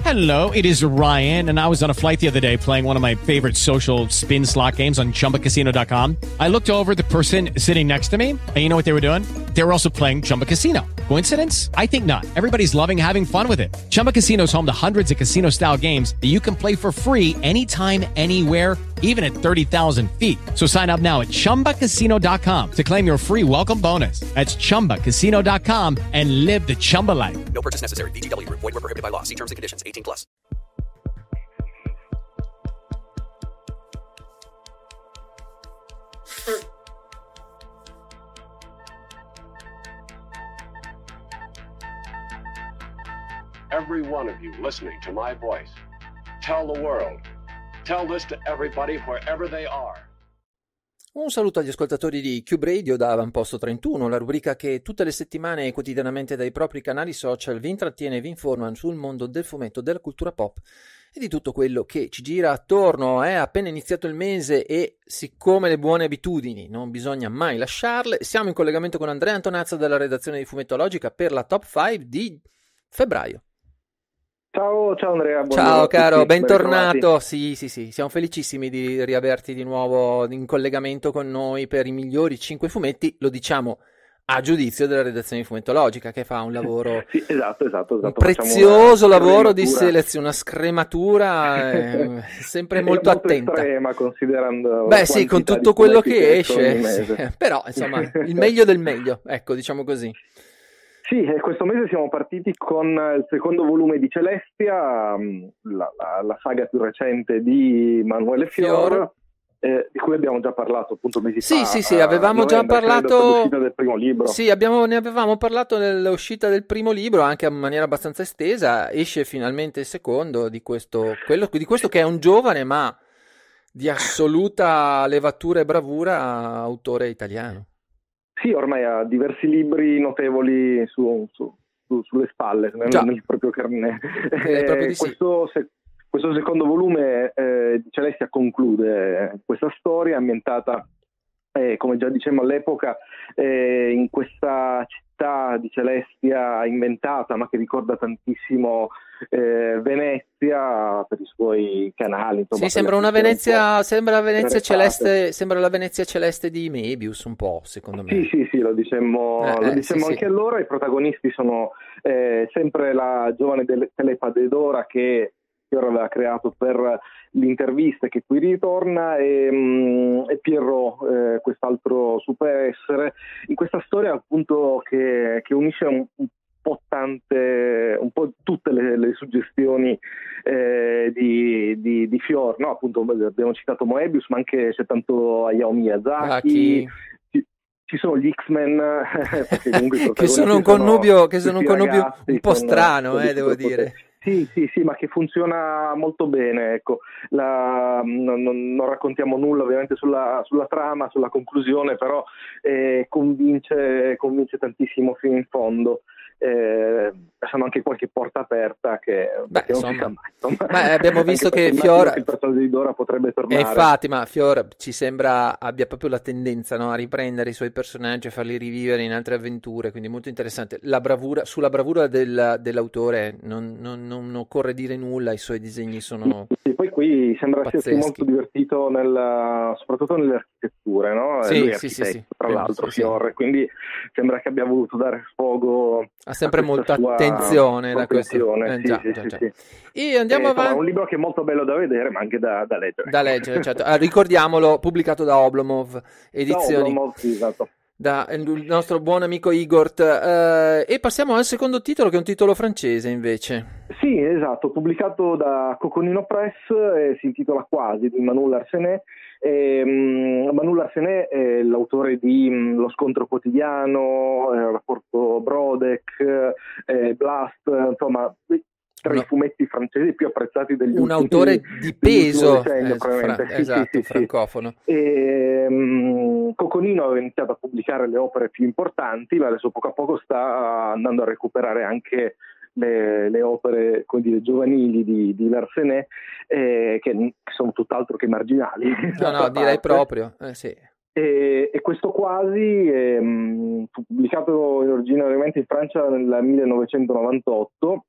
Hello, it is Ryan, and I was on a flight the other day playing one of my favorite social spin slot games on ChumbaCasino.com. I looked over at the person sitting next to me, and you know what they were doing? They were also playing Chumba Casino. Coincidence? I think not. Everybody's loving having fun with it. Chumba Casino is home to hundreds of casino-style games that you can play for free anytime, anywhere, even at 30,000 feet. So sign up now at ChumbaCasino.com to claim your free welcome bonus. That's ChumbaCasino.com and live the Chumba life. No purchase necessary. VGW. Void where prohibited by law. See terms and conditions. 18+. Every one of you listening to my voice, tell the world. Tell this to everybody wherever they are. Un saluto agli ascoltatori di Cube Radio da Avamposto 31, la rubrica che tutte le settimane e quotidianamente dai propri canali social vi intrattiene e vi informa sul mondo del fumetto, della cultura pop e di tutto quello che ci gira attorno. È appena iniziato il mese e, siccome le buone abitudini non bisogna mai lasciarle, siamo in collegamento con Andrea Antonazza della redazione di Fumettologica per la Top 5 di febbraio. Ciao Andrea. Ciao caro, bentornato. Sì, siamo felicissimi di riaverti di nuovo in collegamento con noi per i migliori 5 fumetti, lo diciamo a giudizio della redazione di Fumettologica, che fa un lavoro sì, esatto. Un prezioso lavoro di selezione, una scrematura sempre molto attenta, estrema, considerando con tutto quello che esce, sì. Però insomma il meglio del meglio, ecco, diciamo così. Sì, questo mese siamo partiti con il secondo volume di Celestia, la saga più recente di Manuele Fior, di cui abbiamo già parlato appunto mesi fa. Sì, avevamo già parlato dell'uscita del primo libro. Sì, ne avevamo parlato nell'uscita del primo libro, anche in maniera abbastanza estesa. Esce finalmente il secondo di questo che è un giovane ma di assoluta levatura e bravura autore italiano. Sì, ormai ha diversi libri notevoli sulle spalle, nel proprio carnet. Questo secondo volume di Celestia conclude questa storia ambientata, come già dicemmo all'epoca, in questa città di Celestia inventata, ma che ricorda tantissimo Venezia per i suoi canali. Insomma, sì, sembra la Venezia celeste, sembra la Venezia celeste di Mebius un po', secondo me. Sì, lo dicemmo anche allora. I protagonisti sono sempre la giovane telepate Dora che Fior aveva creato per le interviste, che qui ritorna, e Pierrot, quest'altro superessere, in questa storia appunto che unisce un po' tutte le suggestioni di Fior, no? Appunto abbiamo citato Moebius, ma anche c'è tanto Hayao Miyazaki. Ci sono gli X-Men che sono un connubio un po' strano, devo dire. Sì, ma che funziona molto bene, ecco. Non raccontiamo nulla ovviamente sulla trama, sulla conclusione, però convince tantissimo fino in fondo. Sono anche qualche porta aperta che non si sa mai. Abbiamo visto che Fior, il personaggio di Dora potrebbe tornare. Infatti, ma Fior ci sembra abbia proprio la tendenza, no, a riprendere i suoi personaggi e farli rivivere in altre avventure, quindi molto interessante. Sulla bravura dell'autore non occorre dire nulla, i suoi disegni sono poi qui sembra pazzeschi. essersi molto divertito soprattutto nelle architetture, no? Lui è architetto, tra l'altro, Fior, quindi sembra che abbia voluto dare sfogo. Ha sempre molta attenzione da questo. Sì. E andiamo avanti. È un libro che è molto bello da vedere, ma anche da leggere. Da leggere, certo. Ricordiamolo, pubblicato da Oblomov Edizioni. Sì, esatto. Da il nostro buon amico Igor. E passiamo al secondo titolo, che è un titolo francese invece. Sì, esatto, pubblicato da Coconino Press, si intitola Quasi, di Manu Larsenet. Manu Larsenet è l'autore di Lo scontro quotidiano, Rapporto Brodeck, Blast, insomma tra i fumetti francesi più apprezzati degli ultimi. Un autore di peso, decennio, francofono. Coconino aveva iniziato a pubblicare le opere più importanti, ma adesso poco a poco sta andando a recuperare anche le opere, come dire, giovanili di Larsenet, che sono tutt'altro che marginali. No, direi proprio, sì. E questo Quasi fu pubblicato originariamente in Francia nel 1998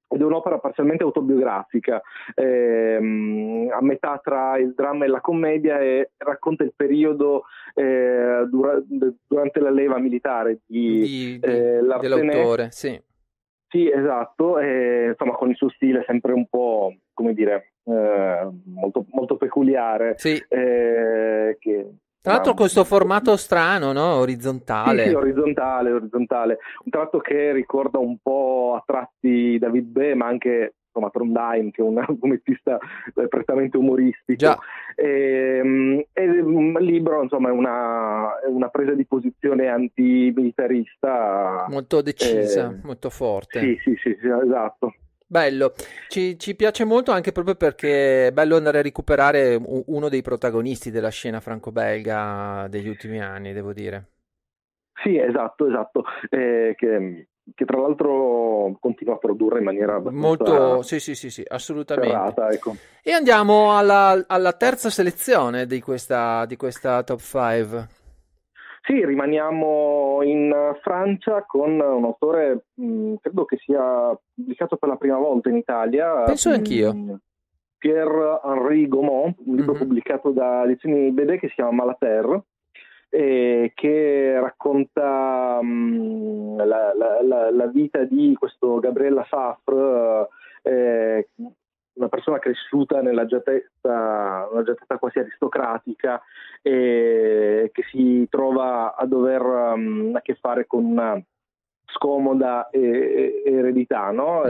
ed è un'opera parzialmente autobiografica, a metà tra il dramma e la commedia, e racconta il periodo durante la leva militare dell'autore, sì. Sì, esatto, insomma con il suo stile sempre un po', come dire, molto, molto peculiare. Sì. Che, tra l'altro questo formato strano, no? Orizzontale. Sì, orizzontale. Un tratto che ricorda un po' a tratti David Bè, ma anche insomma Trondheim, che è un fumettista prettamente umoristico. Già. E il libro, insomma, è una presa di posizione antimilitarista molto decisa, molto forte. Sì, esatto. Bello, ci piace molto anche proprio perché è bello andare a recuperare uno dei protagonisti della scena franco-belga degli ultimi anni, devo dire. Sì, esatto, che tra l'altro continua a produrre in maniera molto, sì, assolutamente. Serrata, ecco. E andiamo alla terza selezione di questa top 5. Sì, rimaniamo in Francia con un autore, credo che sia pubblicato per la prima volta in Italia. Penso anch'io. Pierre-Henri Gaumont, un libro pubblicato da Edizioni BD che si chiama Malaterre, che racconta la vita di questo Gabriel Lafafre, una persona cresciuta nella una giattezza quasi aristocratica, che si trova a dover a che fare con una scomoda eredità, no?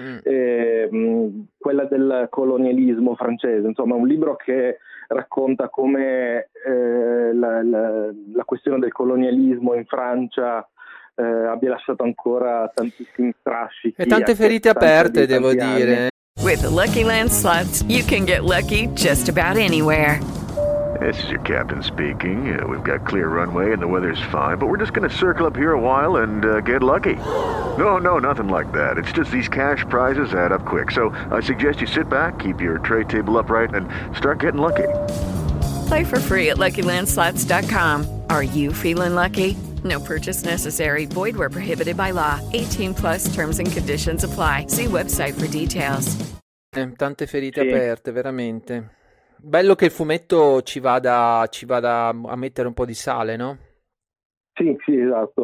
Quella del colonialismo francese. Insomma, un libro che racconta come la questione del colonialismo in Francia abbia lasciato ancora tantissimi strascichi e tante ferite aperte, devo dire. With the Lucky Land Slots, you can get lucky just about anywhere. This is your captain speaking. We've got clear runway and the weather's fine, but we're just going to circle up here a while and get lucky. No, nothing like that. It's just these cash prizes add up quick. So I suggest you sit back, keep your tray table upright, and start getting lucky. Play for free at LuckyLandSlots.com. Are you feeling lucky? No purchase necessary. Void where prohibited by law. 18 plus terms and conditions apply. See website for details. Tante ferite aperte, veramente. Bello che il fumetto ci vada a mettere un po' di sale, no? Sì, esatto.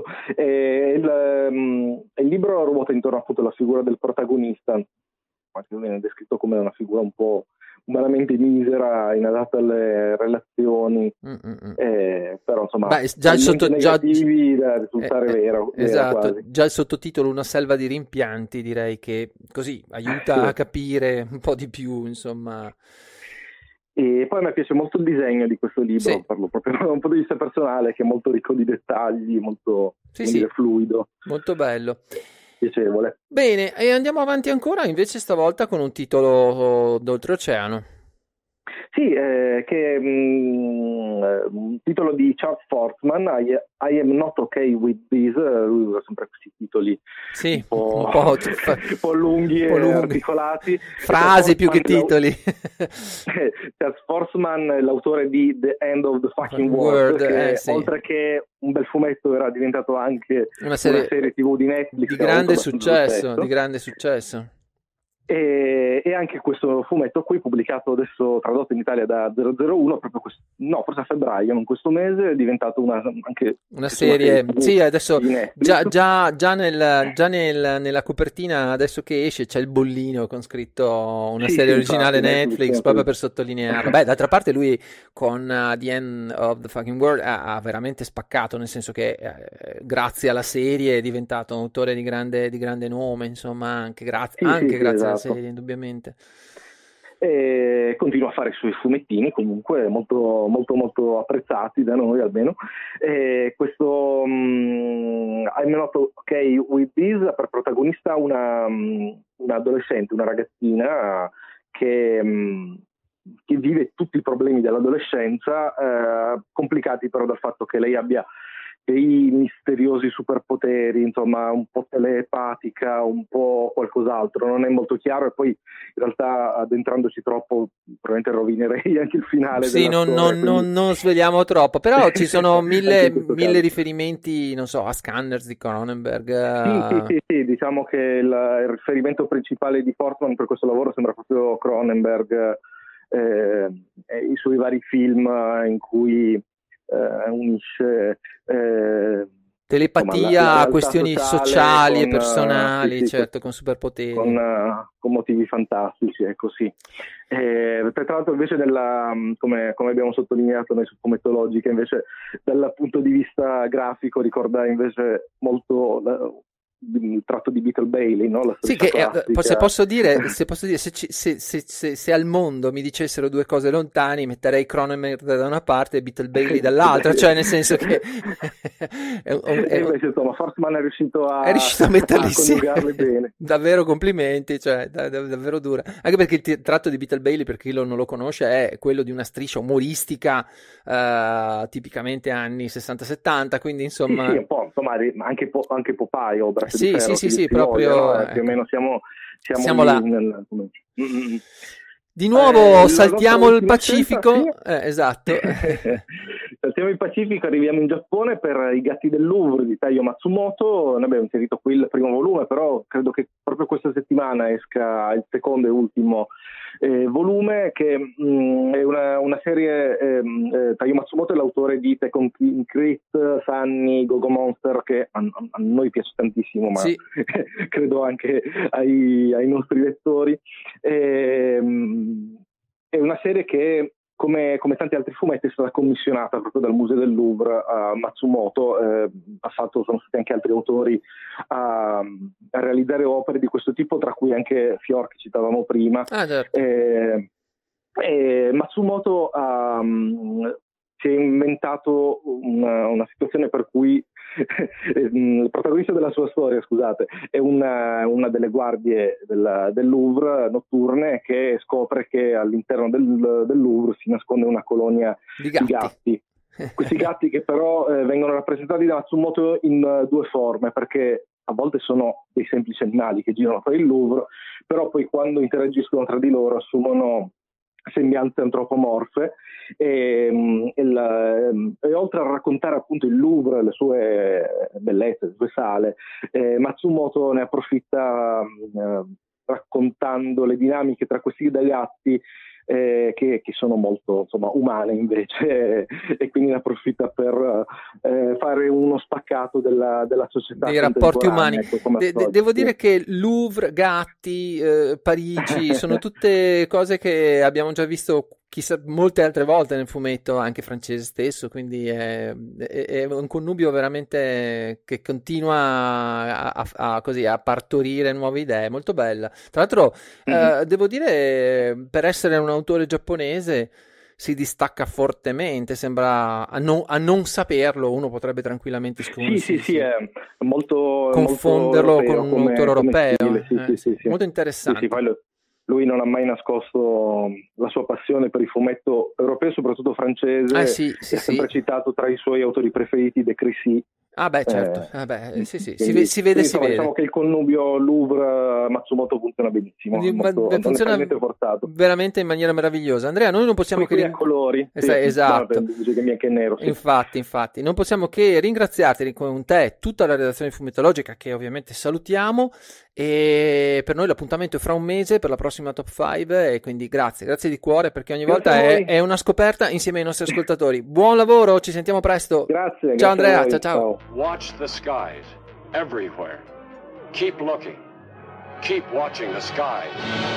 Il libro ruota intorno appunto alla figura del protagonista, ma che viene descritto come una figura un po' umanamente misera, inadatta alle relazioni, però insomma già il negativi da risultare vero. Esatto, quasi. Già il sottotitolo Una selva di rimpianti, direi che così aiuta a capire un po' di più, insomma. E poi mi piace molto il disegno di questo libro, parlo proprio da un punto di vista personale, che è molto ricco di dettagli, molto fluido. Molto bello. Piacevole. Bene, e andiamo avanti ancora, invece stavolta con un titolo d'oltreoceano. Sì, che è un titolo di Charles Forsman, I Am Not Okay With This. Lui usa sempre questi titoli un po' lunghi e articolati. Frasi più che titoli. Charles Forsman è l'autore di The End of the Fucking World, che oltre che un bel fumetto era diventato anche una serie TV di Netflix di grande successo. E anche questo fumetto qui, pubblicato adesso, tradotto in Italia da 001, proprio forse a febbraio, in questo mese, è diventato anche una serie. Sì, adesso già nella copertina, adesso che esce, c'è il bollino con scritto una serie originale Netflix, proprio per sottolinearlo. Beh, d'altra parte lui con The End of the Fucking World ha veramente spaccato, nel senso che grazie alla serie è diventato un autore di grande nome, insomma, anche grazie alla serie, indubbiamente. E continua a fare i suoi fumettini, comunque molto molto molto apprezzati da noi almeno. E questo I'm Not Okay With This ha per protagonista una adolescente, una ragazzina che vive tutti i problemi dell'adolescenza, complicati però dal fatto che lei abbia dei misteriosi superpoteri, insomma un po' telepatica, un po' qualcos'altro, non è molto chiaro, e poi in realtà addentrandoci troppo probabilmente rovinerei anche il finale. Sì, non sveliamo troppo, però ci sono mille riferimenti, non so, a Scanners di Cronenberg. Sì, diciamo che il riferimento principale di Portman per questo lavoro sembra proprio Cronenberg, i suoi vari film in cui unisce telepatia a questioni sociali e personali, certo, con superpoteri, con motivi fantastici, è così. Tra l'altro invece come abbiamo sottolineato noi su Fumettologica, invece dal punto di vista grafico ricorda invece molto il tratto di Beetle Bailey, no? Sì, che se posso dire, se al mondo mi dicessero due cose lontane, metterei Cronenberg da una parte e Beetle Bailey dall'altra, cioè nel senso che invece insomma Forstman è riuscito a metterli coniugarli bene. Davvero complimenti, cioè davvero dura, anche perché il tratto di Beetle Bailey, per chi non lo conosce, è quello di una striscia umoristica tipicamente anni 60-70, quindi insomma sì, un po', insomma, anche Popeye o Braccio sì, di Ferro, sì, proprio no? Più o meno siamo là. Di nuovo saltiamo il Pacifico, esatto. Saltiamo il Pacifico, arriviamo in Giappone per I Gatti del Louvre di Taiyo Matsumoto. Noi abbiamo inserito qui il primo volume, però credo che proprio questa settimana esca il secondo e ultimo volume, che è una serie. Taiyo Matsumoto è l'autore di Tekken Crit, Sunny, Go-Go Monster, che a noi piace tantissimo, ma sì, credo anche ai nostri lettori. È una serie che, come tanti altri fumetti, è stata commissionata proprio dal Museo del Louvre a Matsumoto. Sono stati anche altri autori a realizzare opere di questo tipo, tra cui anche Fior, che citavamo prima. Certo. Matsumoto si è inventato una situazione per cui il protagonista della sua storia, scusate, è una delle guardie del Louvre notturne, che scopre che all'interno del Louvre si nasconde una colonia di gatti. Questi gatti che però vengono rappresentati da Matsumoto in due forme, perché a volte sono dei semplici animali che girano per il Louvre, però poi quando interagiscono tra di loro assumono sembianze antropomorfe, e oltre a raccontare appunto il Louvre, le sue bellezze, le sue sale, Matsumoto ne approfitta raccontando le dinamiche tra questi due gatti, che sono molto, insomma, umane invece, e quindi ne approfitta per fare uno spaccato della società, dei rapporti umani. Devo dire che Louvre, gatti, Parigi sono tutte cose che abbiamo già visto chissà molte altre volte nel fumetto, anche francese stesso, quindi è un connubio veramente che continua a partorire nuove idee, molto bella. Tra l'altro devo dire, per essere un autore giapponese si distacca fortemente, sembra, a non saperlo uno potrebbe tranquillamente sì, è molto confonderlo molto con un autore europeo, sì. Molto interessante. Sì, poi lui non ha mai nascosto la sua passione per il fumetto europeo, soprattutto francese. È sempre citato tra i suoi autori preferiti De Crécy. Certo. Si vede. Diciamo che il connubio Louvre-Matsumoto funziona benissimo. Funziona veramente in maniera meravigliosa. Andrea, noi non possiamo che colori. Esatto. Che nero, sì. Infatti, non possiamo che ringraziarti con te tutta la redazione fumettologica, che ovviamente salutiamo, e per noi l'appuntamento è fra un mese per la prossima Top 5, e quindi grazie di cuore, perché ogni volta è una scoperta insieme ai nostri ascoltatori. Buon lavoro, ci sentiamo presto. Grazie. Ciao Andrea, ciao. Watch the skies everywhere. Keep looking. Keep watching the skies.